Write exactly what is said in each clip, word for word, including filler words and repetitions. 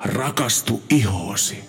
Rakastu ihoosi.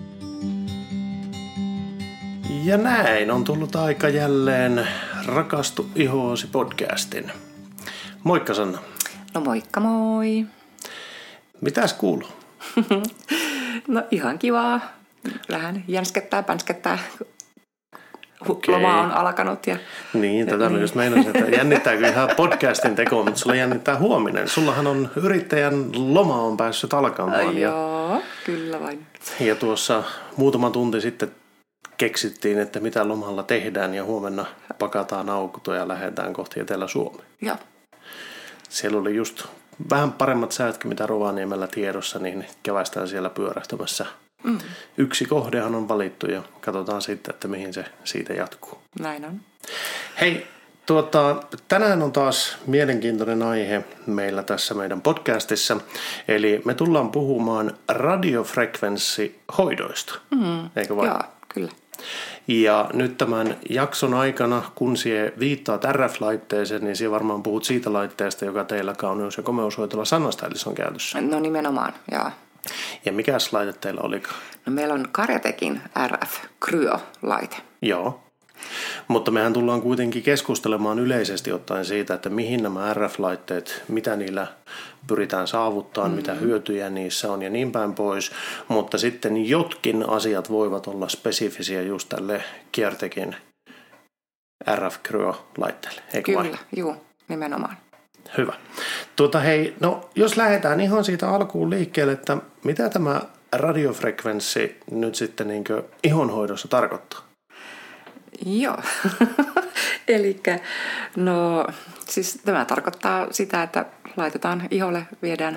Ja näin on tullut aika jälleen Rakastu ihoosi podcastin. Moikka Sanna. No moikka moi. Mitäs kuuluu? No ihan kivaa. Vähän jänskettää, pänskettää. Okei. Loma on alkanut. Ja... Niin, tätä niin. Just meinasin, että jännittääkö ihan podcastin tekoa, mutta sulla jännittää huominen. Sullahan on yrittäjän loma on päässyt alkamaan. Ja, joo, kyllä vain. Ja tuossa muutama tunti sitten keksittiin, että mitä lomalla tehdään ja huomenna pakataan auto ja lähdetään kohti Etelä-Suomea. Joo. Siellä oli just vähän paremmat säätkin, mitä Rovaniemellä tiedossa, niin keväistään siellä pyörähtämässä. Mm. Yksi kohdehan on valittu ja katsotaan sitten, että mihin se siitä jatkuu. Näin on. Hei, tuota, tänään on taas mielenkiintoinen aihe meillä tässä meidän podcastissa. Eli me tullaan puhumaan radiofrekvenssihoidoista, mm. eikö vain? Joo, kyllä. Ja nyt tämän jakson aikana, kun sie viittaat R F-laitteeseen, niin sie varmaan puhut siitä laitteesta, joka teillä kauneus- ja komeushoitolla Sanna Stylissa on käytössä. No nimenomaan, joo. Ja mikäs laite teillä olikaan? No meillä on Karjatekin R F-Cryo-laite. Joo. Mutta mehän tullaan kuitenkin keskustelemaan yleisesti ottaen siitä, että mihin nämä R F-laitteet, mitä niillä pyritään saavuttaa, mm-hmm. mitä hyötyjä niissä on ja niin päin pois. Mutta sitten jotkin asiat voivat olla spesifisiä just tälle Kiertekin R F-Cryo-laitteelle, eikö Kyllä, vain? juu, nimenomaan. Hyvä. Tuota hei, no jos lähdetään ihan siitä alkuun liikkeelle, että mitä tämä radiofrekvenssi nyt sitten niin kuin ihonhoidossa tarkoittaa? Joo, eli no siis tämä tarkoittaa sitä, että laitetaan iholle, viedään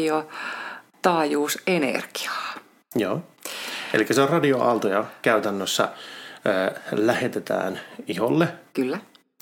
radiotaajuusenergiaa. Joo, eli se on radioaaltoja käytännössä äh, lähetetään iholle. Kyllä.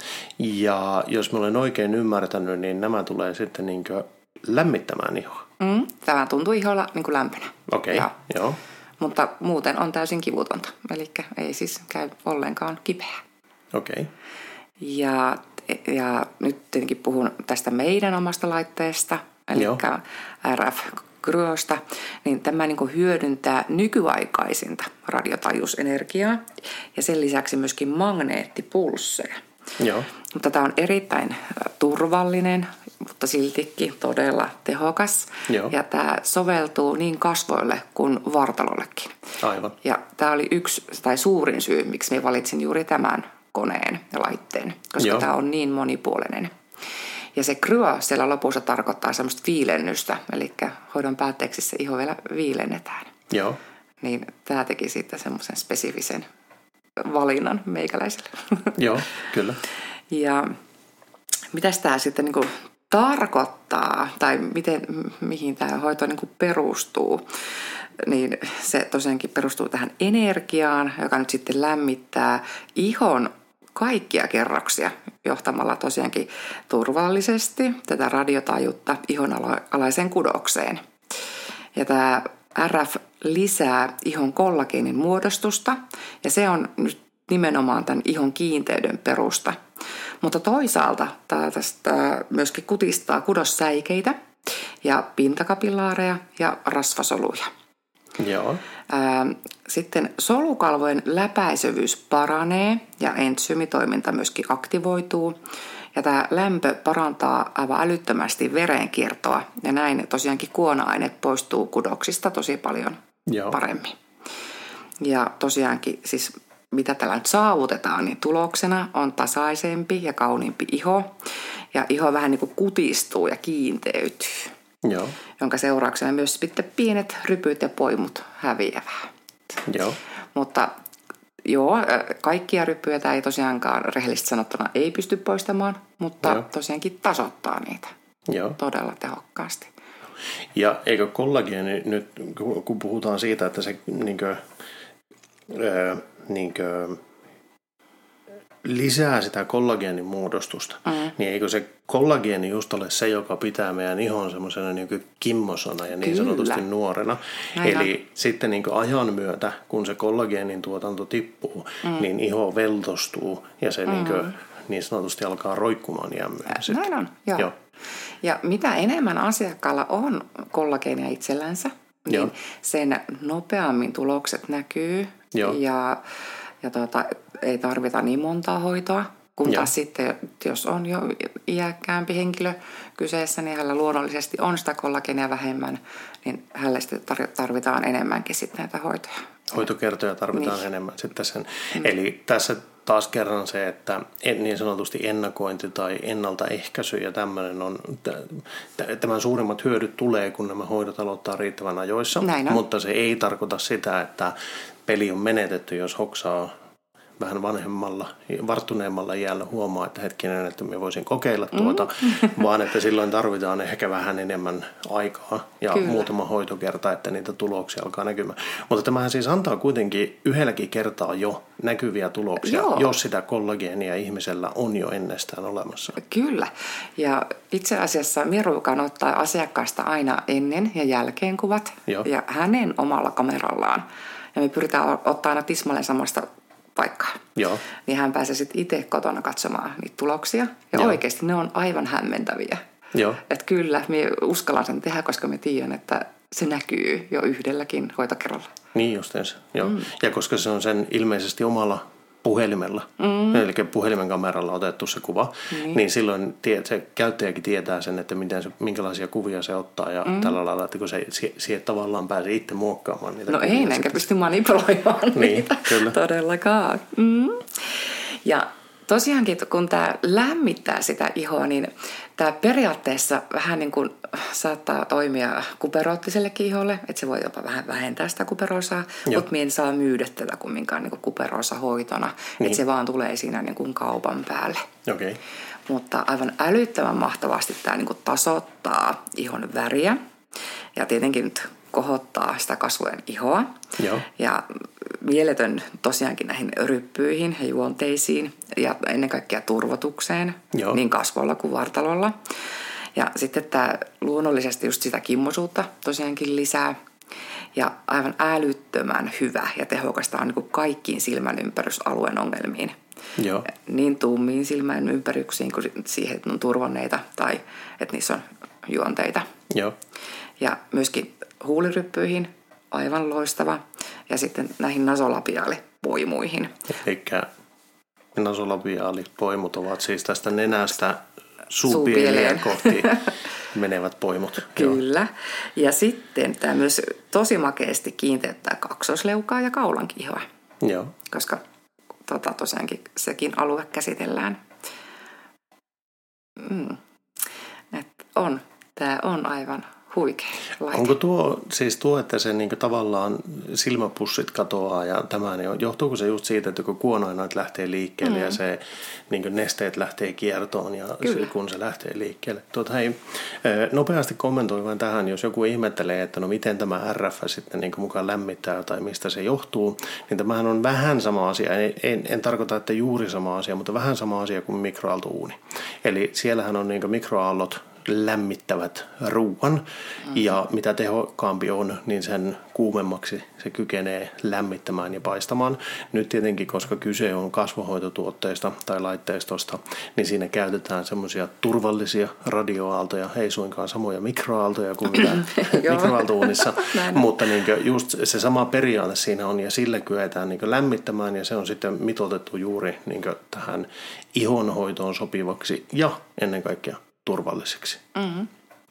Ja jos mä olen oikein ymmärtänyt, niin nämä tulee sitten niin kuin lämmittämään ihoa. Mm, tämä tuntuu iholla niin kuin lämpönä. Okei, okay, joo. Mutta muuten on täysin kivutonta, eli ei siis käy ollenkaan kipeää. Okei. Okay. Ja, ja nyt tietenkin puhun tästä meidän omasta laitteesta, eli Joo. R F-Cryosta, niin tämä niin kuin hyödyntää nykyaikaisinta radiotaajuusenergiaa ja sen lisäksi myöskin magneettipulsseja. Joo. Mutta tämä on erittäin turvallinen, mutta siltikin todella tehokas. Joo. Ja tämä soveltuu niin kasvoille kuin vartalollekin. Aivan. Ja tämä oli yksi tai suurin syy, miksi minä valitsin juuri tämän koneen ja laitteen, koska Joo. tämä on niin monipuolinen. Ja se cryo siellä lopussa tarkoittaa semmoista viilennystä, eli hoidon päätteeksi se iho vielä viilennetään. Joo. Niin tämä teki siitä semmoisen spesifisen valinnan meikäläiselle. Joo, kyllä. Ja mitäs tämä sitten niin kuin tarkoittaa, tai miten, mihin tämä hoito niin kuin perustuu, niin se tosiaankin perustuu tähän energiaan, joka nyt sitten lämmittää ihon kaikkia kerroksia johtamalla tosiaankin turvallisesti tätä radiotaajuutta ihon alaiseen kudokseen. Ja tämä R F lisää ihon kollageenin muodostusta ja se on nyt nimenomaan tämän ihon kiinteyden perusta. Mutta toisaalta tämä tästä myöskin kutistaa kudossäikeitä ja pintakapillaareja ja rasvasoluja. Joo. Sitten solukalvojen läpäisevyys paranee ja entsyymitoiminta myöskin aktivoituu. Ja tämä lämpö parantaa aivan älyttömästi verenkiertoa ja näin tosiaankin kuona-aine poistuu kudoksista tosi paljon Joo. paremmin. Ja tosiaankin siis mitä tällä nyt saavutetaan, niin tuloksena on tasaisempi ja kauniimpi iho. Ja iho vähän niin kuin kutistuu ja kiinteytyy. Joo. Jonka seurauksena myös sitten pienet rypyt ja poimut häviävät. Joo. Mutta joo, kaikkia ryppyjä tämä ei tosiaankaan rehellisesti sanottuna ei pysty poistamaan, mutta Joo. tosiaankin tasoittaa niitä Joo. todella tehokkaasti. Ja eikö kollageeni nyt, kun puhutaan siitä, että se niinkö, ää, niinkö lisää sitä kollageenin muodostusta, mm. niin eikö se kollageeni just ole se, joka pitää meidän ihon semmoisena niin kimmosana ja niin Kyllä. sanotusti nuorena. Näin Eli on. sitten niin ajan myötä, kun se kollageenin tuotanto tippuu, mm. niin iho veltostuu ja se mm. niin, kuin, niin sanotusti alkaa roikkumaan iän myötä. Äh, näin on, joo. joo. Ja mitä enemmän asiakkaalla on kollageenia itsellänsä, niin Joo. sen nopeammin tulokset näkyy Joo. ja, ja tota, ei tarvita niin montaa hoitoa. Kun Joo. taas sitten, jos on jo iäkkäämpi henkilö kyseessä, niin hänellä luonnollisesti on sitä kollageenia vähemmän, niin hänelle sitten tarvitaan enemmänkin sitten näitä hoitoja. Hoitokertoja tarvitaan niin. enemmän sitten sen. Mm. Eli tässä taas kerran se, että niin sanotusti ennakointi tai ennaltaehkäisy ja tämmöinen on, tämän suurimmat hyödyt tulee, kun nämä hoidot aloittaa riittävän ajoissa. Mutta se ei tarkoita sitä, että peli on menetetty, jos hoksaa vähän vanhemmalla, varttuneemmalla iällä huomaa, että hetkinen, että me voisin kokeilla tuota, mm. vaan että silloin tarvitaan ehkä vähän enemmän aikaa ja Kyllä. muutama hoitokerta, että niitä tuloksia alkaa näkymään. Mutta tämähän siis antaa kuitenkin yhdelläkin kertaa jo näkyviä tuloksia, Joo. jos sitä kollageenia ihmisellä on jo ennestään olemassa. Kyllä. Ja itse asiassa Mirukan ottaa asiakkaasta aina ennen ja jälkeen kuvat Joo. ja hänen omalla kamerallaan. Ja me pyritään ottaa aina tismalleen samasta paikkaa. Joo. Niin hän pääsee sitten itse kotona katsomaan niitä tuloksia. Ja Joo. oikeasti ne on aivan hämmentäviä. Joo. Että kyllä, me uskallan sen tehdä, koska me tiedän, että se näkyy jo yhdelläkin hoitokerralla. Niin justiinsa. Joo. Mm. Ja koska se on sen ilmeisesti omalla puhelimella, mm. eli puhelimen kameralla otettu se kuva, niin, niin silloin tie, se käyttäjäkin tietää sen, että miten se, minkälaisia kuvia se ottaa ja mm. tällä lailla, että kun se siihen tavallaan pääsee itse muokkaamaan niitä No kuvia. ei, enkä pysty manipuloimaan niin, niitä kyllä. todellakaan. Mm. Ja tosiaankin, kun tämä lämmittää sitä ihoa, niin tämä periaatteessa vähän niin kuin saattaa toimia kuperoottisellekin iholle, että se voi jopa vähän vähentää sitä kuperoosaa, mutta me en saa myydä tätä kumminkaan niin kuperoosahoitona, niin. että se vaan tulee siinä niin kuin kaupan päälle. Okay. Mutta aivan älyttömän mahtavasti tämä niin kuin tasoittaa ihon väriä ja tietenkin nyt kohottaa sitä kasvojen ihoa. Joo. Ja mieletön tosiaankin näihin ryppyihin ja juonteisiin ja ennen kaikkea turvotukseen Joo. niin kasvoilla kuin vartalolla. Ja sitten tämä luonnollisesti just sitä kimmoisuutta tosiaankin lisää. Ja aivan älyttömän hyvä ja tehokasta on niin kuin kaikkiin silmän ympärysalueen ongelmiin. Joo. Niin tummiin silmän ympäryksiin kuin siihen, että on turvonneita tai että niissä on juonteita. Joo. Ja myöskin huuliryppyihin aivan loistava. Ja sitten näihin nasolabiaalipoimuihin. Eli nasolabiaalipoimut ovat siis tästä nenästä suupieleen kohti menevät poimut. Kyllä. Ja sitten tämä myös tosi makeasti kiinteyttää kaksoisleukaa ja kaulankihoa. Joo. Koska tota, tosiaankin sekin alue käsitellään. Mm. Et on. Tämä on aivan huikea laite. Onko tuo, siis tuo, että se niin tavallaan silmäpussit katoaa ja tämä, niin johtuuko se just siitä, että kun kuonoinat lähtee liikkeelle mm. ja se niin nesteet lähtee kiertoon ja se, kun se lähtee liikkeelle. Tuota, hei, nopeasti kommentoi vain tähän, jos joku ihmettelee, että no miten tämä R F sitten niin mukaan lämmittää tai mistä se johtuu, niin tämähän on vähän sama asia. En, en, en tarkoita, että juuri sama asia, mutta vähän sama asia kuin mikroaaltouuni. Eli siellähän on niin mikroaallot lämmittävät ruuan mm-hmm. ja mitä tehokkaampi on, niin sen kuumemmaksi se kykenee lämmittämään ja paistamaan. Nyt tietenkin, koska kyse on kasvohoitotuotteista tai laitteistosta, niin siinä käytetään semmoisia turvallisia radioaaltoja, ei suinkaan samoja mikroaaltoja kuin mitä mikroaaltouunissa, mutta niin just se sama periaate siinä on ja sillä kyetään niin lämmittämään ja se on sitten mitoitettu juuri niin tähän ihonhoitoon sopivaksi ja ennen kaikkea turvalliseksi. Mm-hmm.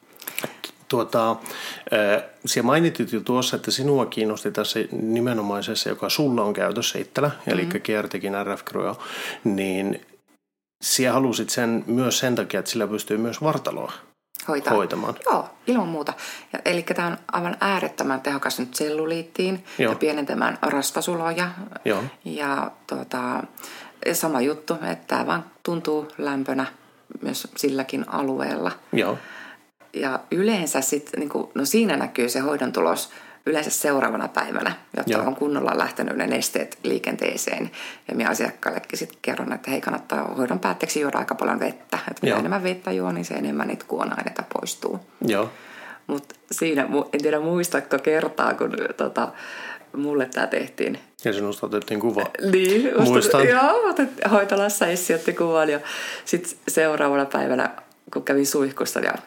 Tuota, sinä mainitit jo tuossa, että sinua kiinnosti tässä nimenomaisessa, joka sulla on käytössä itsellä, mm-hmm. eli Kiertekin R F Cryo, niin sinä halusit sen myös sen takia, että sillä pystyy myös vartaloa Hoitaa. hoitamaan. Joo, ilman muuta. Ja, eli tämä on aivan äärettömän tehokas nyt selluliittiin Joo. ja pienentämään rasvasuloja. Joo. Ja tuota, sama juttu, että tämä vaan tuntuu lämpönä myös silläkin alueella. Joo. Ja yleensä sitten, niin kuin, no siinä näkyy se hoidon tulos yleensä seuraavana päivänä, jotta Joo. on kunnolla lähtenyt ne nesteet liikenteeseen. Ja minä asiakkaallekin sitten kerron, että hei, kannattaa hoidon päätteeksi juoda aika paljon vettä. Että mitä enemmän vettä juo, niin se enemmän niitä kuona-aineita poistuu. Joo. Mutta siinä, en tiedä muistatko kertaa, kun tota, mulle tämä tehtiin. Ja sinusta otettiin kuva. Niin, muistan. Joo, otettiin hoitolassa Essi otti kuvan ja sitten seuraavana päivänä, kun kävin suihkussa ja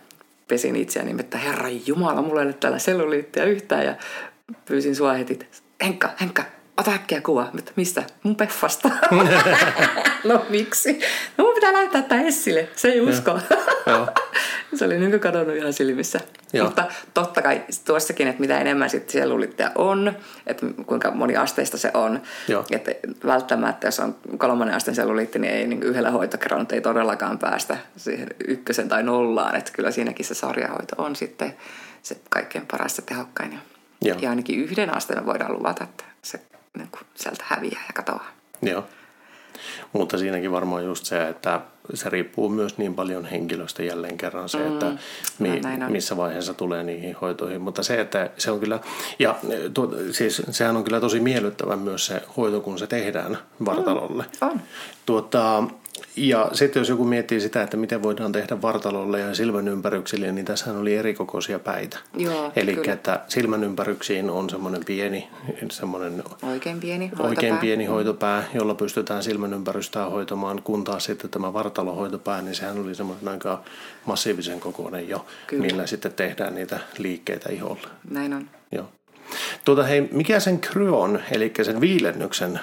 pesin itseäni, että Herran Jumala, mulla ei ole täällä selluliittiä yhtään ja pyysin sua heti, Henkka, Henkka, ota äkkiä kuva. Mistä? Mun peffasta. No miksi? No mun pitää laittaa tää Essille, se ei usko. Se oli niin kuin kadonnut ihan silmissä. Joo. Mutta totta kai tuossakin, että mitä enemmän sitten sellulitteja on, että kuinka moniasteista se on. Joo. Että välttämättä, jos on kolmannen asteen selluliitti, niin ei niin yhdellä hoitokerralla ei todellakaan päästä siihen ykkösen tai nollaan. Että kyllä siinäkin se sarjahoito on sitten se kaikkein paras ja tehokkain. Ja, ja ainakin yhden asteen me voidaan luvata, että se niin kuin sieltä häviää ja katoaa. Joo. Mutta siinäkin varmaan just se, että se riippuu myös niin paljon henkilöstä jälleen kerran se, että mi, missä vaiheessa tulee niihin hoitoihin. Mutta se, että se on kyllä, ja tuo, siis sehän on kyllä tosi miellyttävä myös se hoito, kun se tehdään vartalolle. Mm, on. Tuota, ja sitten jos joku miettii sitä, että miten voidaan tehdä vartalolle ja silmänympäryksille, niin tässähän oli erikokoisia päitä. Joo, eli että silmänympäryksiin on semmoinen pieni, semmoinen oikein pieni hoitopää, oikein pieni hoitopää jolla pystytään silmänympärystä hoitamaan, kun taas sitten tämä vartalohoitopää, niin sehän oli semmoinen aika massiivisen kokoinen jo, kyllä, millä sitten tehdään niitä liikkeitä iholle. Näin on. Joo. Tuota, hei, mikä sen kryon, eli sen viilennyksen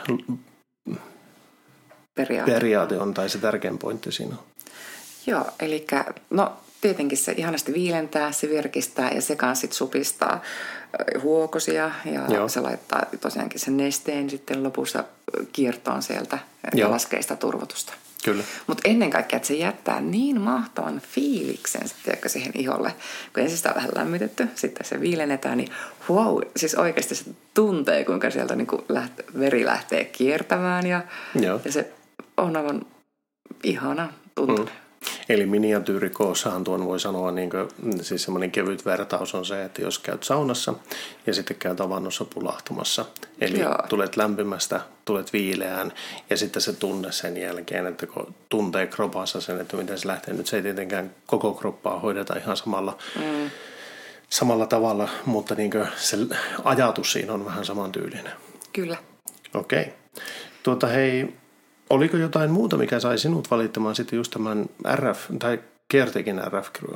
Periaate. periaate on, tai se tärkein pointti siinä on? Joo, eli no tietenkin se ihanasti viilentää, se virkistää ja se kanssa sitten supistaa huokosia ja Joo. se laittaa tosiaankin sen nesteen sitten lopussa kiertoon sieltä Joo. ja laskee sitä turvotusta. Kyllä. Mutta ennen kaikkea, että se jättää niin mahtavan fiiliksen sitten siihen iholle, kun ensin sitä on vähän lämmitetty, sitten se viilennetään, niin wow, siis oikeasti se tuntee, kuinka sieltä niinku läht, veri lähtee kiertämään ja, ja se on aivan ihana tuntunut. Mm. Eli miniatyyrikoossahan tuon voi sanoa, niin kuin, siis semmoinen kevyt vertaus on se, että jos käyt saunassa ja sitten käyt avannossa pulahtamassa. Eli Joo. tulet lämpimästä, tulet viileään ja sitten se tunne sen jälkeen, että kun tuntee kropassa sen, että miten se lähtee. Nyt se ei tietenkään koko kroppaa hoideta ihan samalla, mm. samalla tavalla, mutta niin kuin se ajatus siinä on vähän samantyylinen. Kyllä. Okei. Okay. Tuota hei... Oliko jotain muuta, mikä sai sinut valittamaan sitten just tämän R F, tai Caretekin R F-kryon?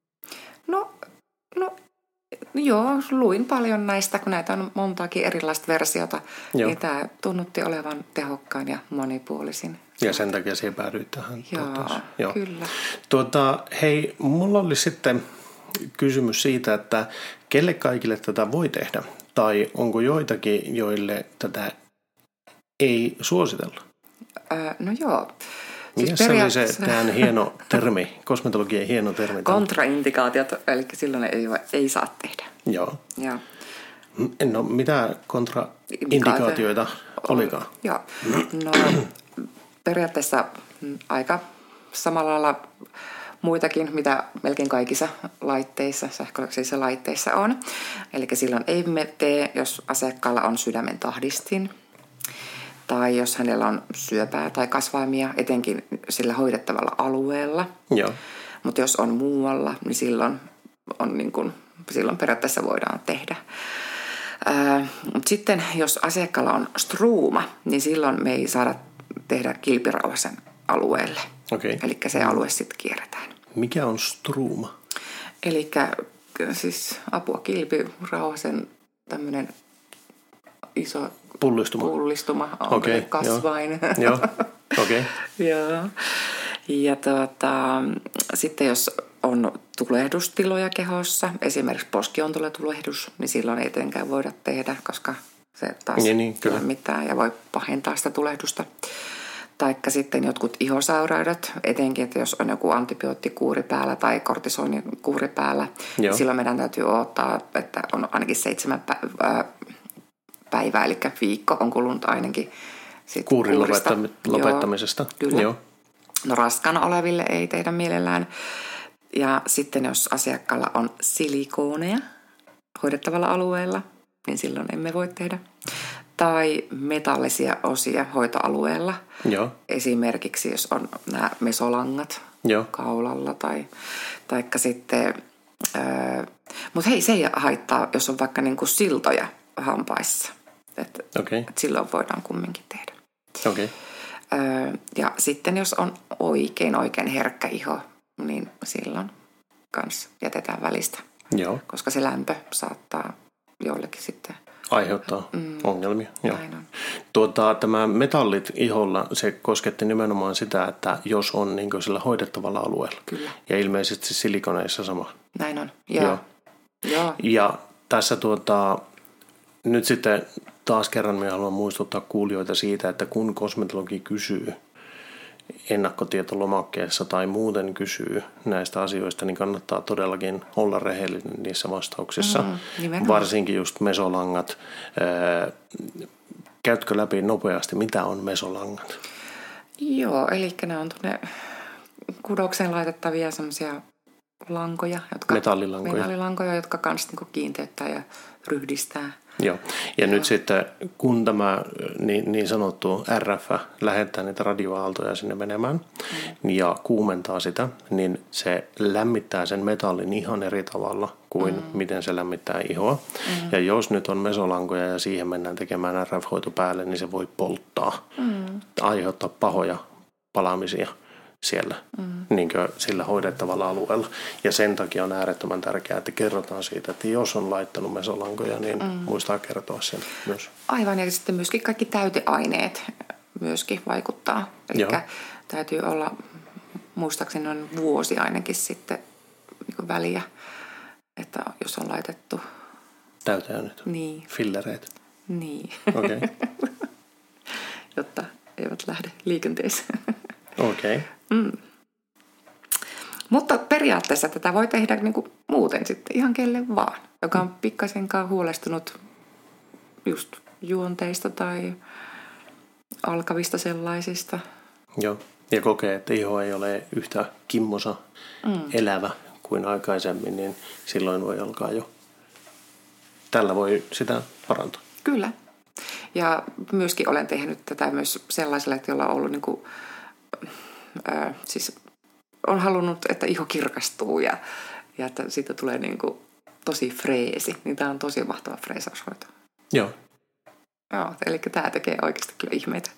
No, no, joo, luin paljon näistä, kun näitä on montaakin erilaista versiota. Joo. Niin tämä tunnutti olevan tehokkain ja monipuolisin. Ja sen takia siihen päädyit tähän. Joo, Joo, kyllä. Tuota, hei, mulla oli sitten kysymys siitä, että kelle kaikille tätä voi tehdä? Tai onko joitakin, joille tätä ei suositella? Öö, no joo. Mikä siis se oli se tämän hieno termi, kosmetologian hieno termi? Kontraindikaatiot, eli silloin ei, ei saa tehdä. Joo. Ja. No mitä kontraindikaatioita olikaan? Joo. No periaatteessa aika samalla lailla muitakin, mitä melkein kaikissa laitteissa, sähköisissä laitteissa on. Eli silloin ei me tee, jos asiakkaalla on sydämen tahdistin. Tai jos hänellä on syöpää tai kasvaimia, etenkin sillä hoidettavalla alueella. Joo. Mutta jos on muualla, niin silloin, on niin kun, silloin periaatteessa voidaan tehdä. Ää, mutta sitten jos asiakkaalla on struuma, niin silloin me ei saada tehdä kilpirauhasen alueelle. Okay. Eli se alue sitten kierretään. Mikä on struuma? Eli siis apua kilpirauhasen tämmöinen iso pullistuma, pullistuma on okay, kasvain. Joo, okei. Okay. Joo. Ja tuota, sitten jos on tulehdustiloja kehossa, esimerkiksi poskiontuletulehdus, niin silloin ei tietenkään voida tehdä, koska se taas niin, niin, lämmittää ja voi pahentaa sitä tulehdusta. Taikka sitten jotkut ihosairaudet, etenkin, että jos on joku antibioottikuuri päällä tai kortisonikuuri päällä, niin silloin meidän täytyy odottaa, että on ainakin seitsemän päivää, päivää, eli viikko on kulunut ainakin kuurin lopettamisesta. Joo, kyllä. Joo. No raskaana oleville ei tehdä mielellään. Ja sitten jos asiakkaalla on silikooneja hoidettavalla alueella, niin silloin emme voi tehdä. Tai metallisia osia hoitoalueella. Joo. Esimerkiksi jos on nämä mesolangat Joo. kaulalla tai taikka sitten... Öö, mutta hei, se ei haittaa, jos on vaikka niinku siltoja hampaissa. Että okay. et silloin voidaan kumminkin tehdä. Okay. Öö, ja sitten jos on oikein oikein herkkä iho, niin silloin kanssa jätetään välistä. Joo. Koska se lämpö saattaa joillekin sitten aiheuttaa mm. ongelmia. Joo. Tuota, tämä metallit iholla, se kosketti nimenomaan sitä, että jos on niin kuin sillä hoidettavalla alueella. Kyllä. Ja ilmeisesti silikoneissa sama. Näin on, joo. Joo. Joo. Ja tässä tuota, nyt sitten taas kerran minä haluan muistuttaa kuulijoita siitä, että kun kosmetologi kysyy ennakkotietolomakkeessa tai muuten kysyy näistä asioista, niin kannattaa todellakin olla rehellinen niissä vastauksissa. Mm, varsinkin just mesolangat. Käytkö läpi nopeasti, mitä on mesolangat? Joo, eli ne on tuonne kudokseen laitettavia semmoisia lankoja, jotka, metallilankoja. metallilankoja, jotka kanssa niinku kiinteyttää ja ryhdistää. Joo, ja Joo. nyt sitten kun tämä niin, niin sanottu R F lähettää niitä radioaaltoja sinne menemään mm. ja kuumentaa sitä, niin se lämmittää sen metallin ihan eri tavalla kuin mm. miten se lämmittää ihoa. Mm. Ja jos nyt on mesolankoja ja siihen mennään tekemään R F-hoito päälle, niin se voi polttaa, mm. aiheuttaa pahoja palamisia siellä mm. niin kuin sillä hoidettavalla alueella. Ja sen takia on äärettömän tärkeää, että kerrotaan siitä, että jos on laittanut mesolankoja, niin mm. muistaa kertoa sen myös. Aivan, ja sitten myöskin kaikki täyteaineet myöskin vaikuttaa. Eli täytyy olla, muistaakseni noin vuosi ainakin sitten niin väliä, että jos on laitettu täyteaineet, niin. fillereet. Niin, okay. jotta eivät lähde liikenteeseen. Okei. Okay. Mm. Mutta periaatteessa tätä voi tehdä niin kuin muuten sitten ihan kelle vaan, joka on pikkasenkaan huolestunut just juonteista tai alkavista sellaisista. Joo, ja kokee, että iho ei ole yhtä kimmosa mm. elävä kuin aikaisemmin, niin silloin voi alkaa jo. Tällä voi sitä parantaa. Kyllä. Ja myöskin olen tehnyt tätä myös sellaiselle, jolla on ollut niin kuin Äh, siis on halunnut, että iho kirkastuu ja, ja että siitä tulee niin kuin tosi freesi. Niin tämä on tosi mahtava freesaushoito. Joo. Joo, eli tämä tekee oikeasti kyllä ihmeitä.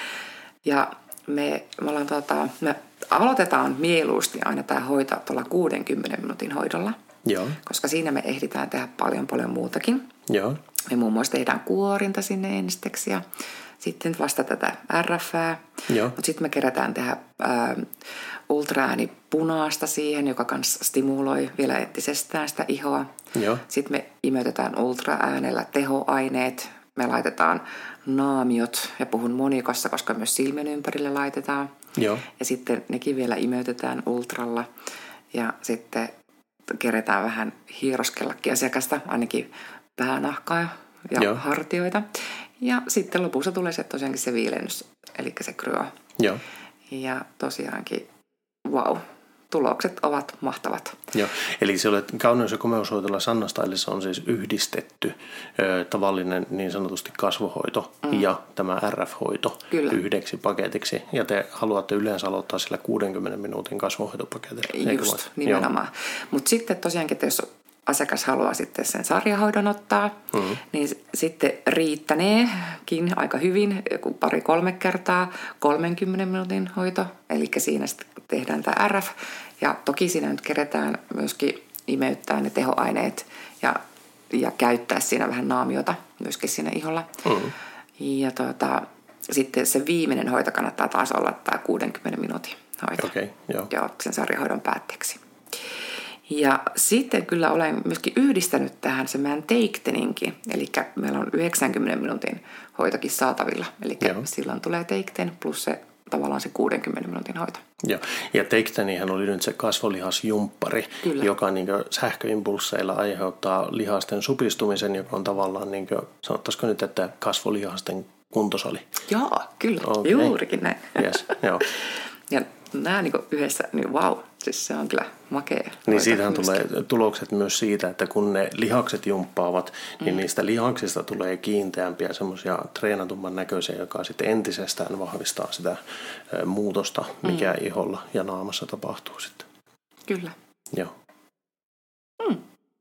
Ja me, me, ollaan, tuota, me aloitetaan mieluusti aina tämä hoito tuolla kuudenkymmenen minuutin hoidolla. Joo. Koska siinä me ehditään tehdä paljon paljon muutakin. Joo. Me muun muassa tehdään kuorinta sinne ensiksi ja sitten vasta tätä R F:ää. Mutta sitten me kerätään tehdä ää, ultraäänipunaista siihen, joka kanssa stimuloi vielä entisestään sitä ihoa. Joo. Sitten me imeytetään ultraäänellä tehoaineet. Me laitetaan naamiot, ja puhun monikossa, koska myös silmien ympärille laitetaan. Joo. Ja sitten nekin vielä imeytetään ultralla. Ja sitten kerätään vähän hieroskellakin asiakasta, ainakin päänahkaa ja Joo. hartioita. Ja sitten lopussa tulee se tosiaankin se viilennys, eli se kryo. Joo. Ja tosiaankin, vau, wow, tulokset ovat mahtavat. Joo, eli se olet kauneus- ja komeushoitolla Sanna Stylessa on siis yhdistetty ö, tavallinen niin sanotusti kasvohoito mm. ja tämä R F-hoito Kyllä. yhdeksi paketiksi. Ja te haluatte yleensä aloittaa sillä kuudenkymmenen minuutin kasvohoitopaketilla. Just, nimenomaan. Mutta sitten tosiaankin, että jos asiakas haluaa sitten sen sarjahoidon ottaa, mm-hmm. niin sitten riittäneekin aika hyvin, joku pari-kolme kertaa kolmenkymmenen minuutin hoito. Eli siinä sitten tehdään tämä R F. Ja toki siinä nyt keretään myöskin imeyttää ne tehoaineet ja, ja käyttää siinä vähän naamiota myöskin siinä iholla. Mm-hmm. Ja tuota, sitten se viimeinen hoito kannattaa taas olla tämä kuudenkymmenen minuutin hoito. Okay, joo. Joo, sen sarjahoidon päätteeksi. Ja sitten kyllä olen myöskin yhdistänyt tähän se meidän Take-teninkin. Eli meillä on yhdeksänkymmenen minuutin hoitokin saatavilla. Eli Joo. silloin tulee Take-ten plus se tavallaan se kuudenkymmenen minuutin hoito. Joo. Ja Take-tenihän oli nyt se kasvolihasjumppari, kyllä. joka niin sähköimpulseilla aiheuttaa lihasten supistumisen, joka on tavallaan, niin kuin, sanottaisiko nyt, että kasvolihasten kuntosali. Joo, kyllä. Okay. Juurikin näin. Yes, joo. Ja nämä niin yhdessä, niin vau, siis se on kyllä makea. Niin siitähän tulee tulokset myös siitä, että kun ne lihakset jumppaavat, mm. niin niistä lihaksista tulee kiinteämpiä, semmoisia treenatumman näköisiä, joka sitten entisestään vahvistaa sitä muutosta, mikä mm. iholla ja naamassa tapahtuu sitten. Kyllä. Joo. Mm.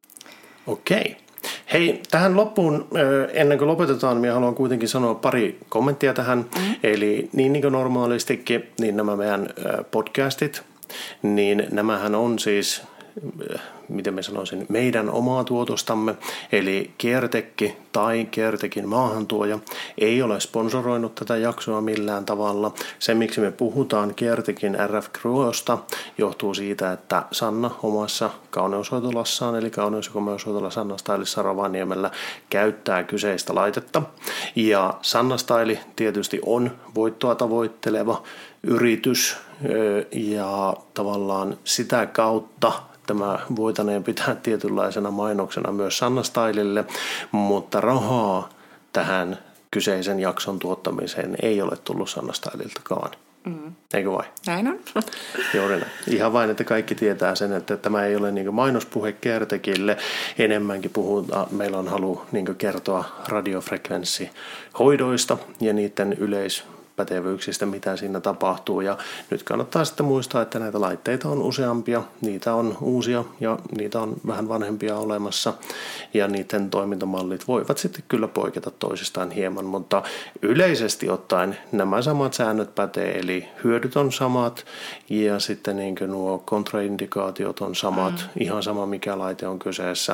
Okei. Okay. Hei, tähän loppuun, ennen kuin lopetetaan, minä haluan kuitenkin sanoa pari kommenttia tähän. Mm. Eli niin kuin normaalistikin, niin nämä meidän podcastit, niin nämähän on siis miten mä sanoisin, meidän omaa tuotostamme, eli Kiertekki tai Kiertekin maahantuoja ei ole sponsoroinut tätä jaksoa millään tavalla. Se, miksi me puhutaan Kiertekin R F Cryosta, johtuu siitä, että Sanna omassa kauneushoitolassaan, eli kauneus- ja komeushoitola Sanna Stylessa Rovaniemellä käyttää kyseistä laitetta. Ja Sanna Style tietysti on voittoa tavoitteleva yritys ja tavallaan sitä kautta tämä voitaneen pitää tietynlaisena mainoksena myös Sanna Stylelle, mutta rahaa tähän kyseisen jakson tuottamiseen ei ole tullut Sanna Styleltakaan. Mm. Eikö vai? Näin on. Juuri näin. Ihan vain, että kaikki tietää sen, että tämä ei ole niin mainospuhe Kiertekille. Enemmänkin puhutaan, meillä on halu niin kertoa radiofrekvenssihoidoista ja niiden yleis pätevyyksistä, mitä siinä tapahtuu. Ja nyt kannattaa sitten muistaa, että näitä laitteita on useampia, niitä on uusia ja niitä on vähän vanhempia olemassa ja niiden toimintamallit voivat sitten kyllä poiketa toisistaan hieman, mutta yleisesti ottaen nämä samat säännöt pätee, eli hyödyt on samat ja sitten niin kuin nuo kontraindikaatiot on samat, mm. ihan sama mikä laite on kyseessä.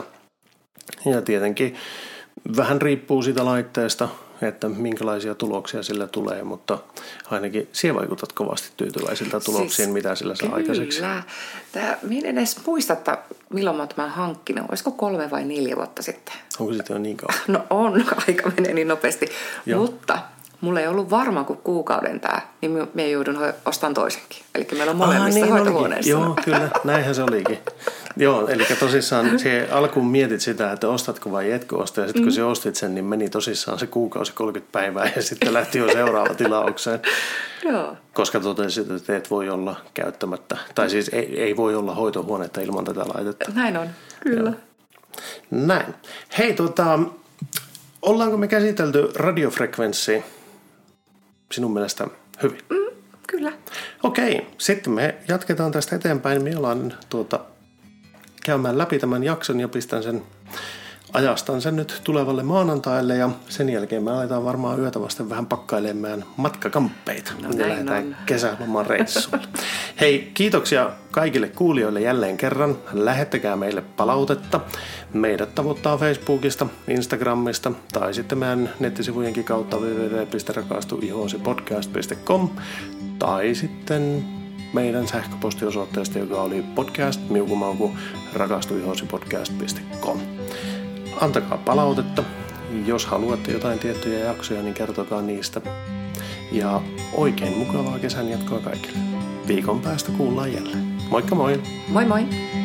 Ja tietenkin vähän riippuu siitä laitteesta, että minkälaisia tuloksia sillä tulee, mutta ainakin sinä vaikutat kovasti tyytyväisiltä tuloksiin, siis, mitä sillä saa aikaiseksi. Kyllä. Tämä, minä en edes muista, että milloin mä tämän hankkinut. Olisiko kolme vai neljä vuotta sitten? Onko sitten jo niin kauan? No on, aika menee niin nopeasti. Joo. Mutta mulla ei ollut varma kuin kuukauden tämä, niin minä joudun ostamaan toisenkin. Eli meillä on molemmissa niin hoitohuoneissa. Joo, kyllä, näinhän se olikin. Joo, eli tosissaan se alkuun mietit sitä, että ostatko vai etkö osta, ja sitten kun mm. se ostit sen, niin meni tosissaan se kuukausi kolmekymmentä päivää, ja sitten lähti jo seuraava tilaukseen. Joo. Koska totesit, että et voi olla käyttämättä, tai siis ei, ei voi olla hoitohuonetta ilman tätä laitetta. Näin on, kyllä. Joo. Näin. Hei, tota, ollaanko me käsitelty radiofrekvenssiä sinun mielestä hyvin? Mm, kyllä. Okei, sitten me jatketaan tästä eteenpäin. Me ollaan tuota, käymään läpi tämän jakson ja pistän sen, ajastan sen nyt tulevalle maanantaille ja sen jälkeen me aletaan varmaan yötä vasten vähän pakkailemaan matkakamppeita. No, ja lähdetään kesäloman reissulle. Hei, kiitoksia kaikille kuulijoille jälleen kerran. Lähettäkää meille palautetta. Meidät tavoittaa Facebookista, Instagramista tai sitten meidän nettisivujenkin kautta double-u double-u double-u piste rakastu ihoosi podcast piste com tai sitten meidän sähköpostiosoitteesta, joka oli podcast miukumauku rakastuihoosipodcast piste com. Antakaa palautetta. Jos haluatte jotain tiettyjä jaksoja, niin kertokaa niistä. Ja oikein mukavaa kesän jatkoa kaikille. Viikon päästä kuullaan jälleen. Moikka moi! Moi moi!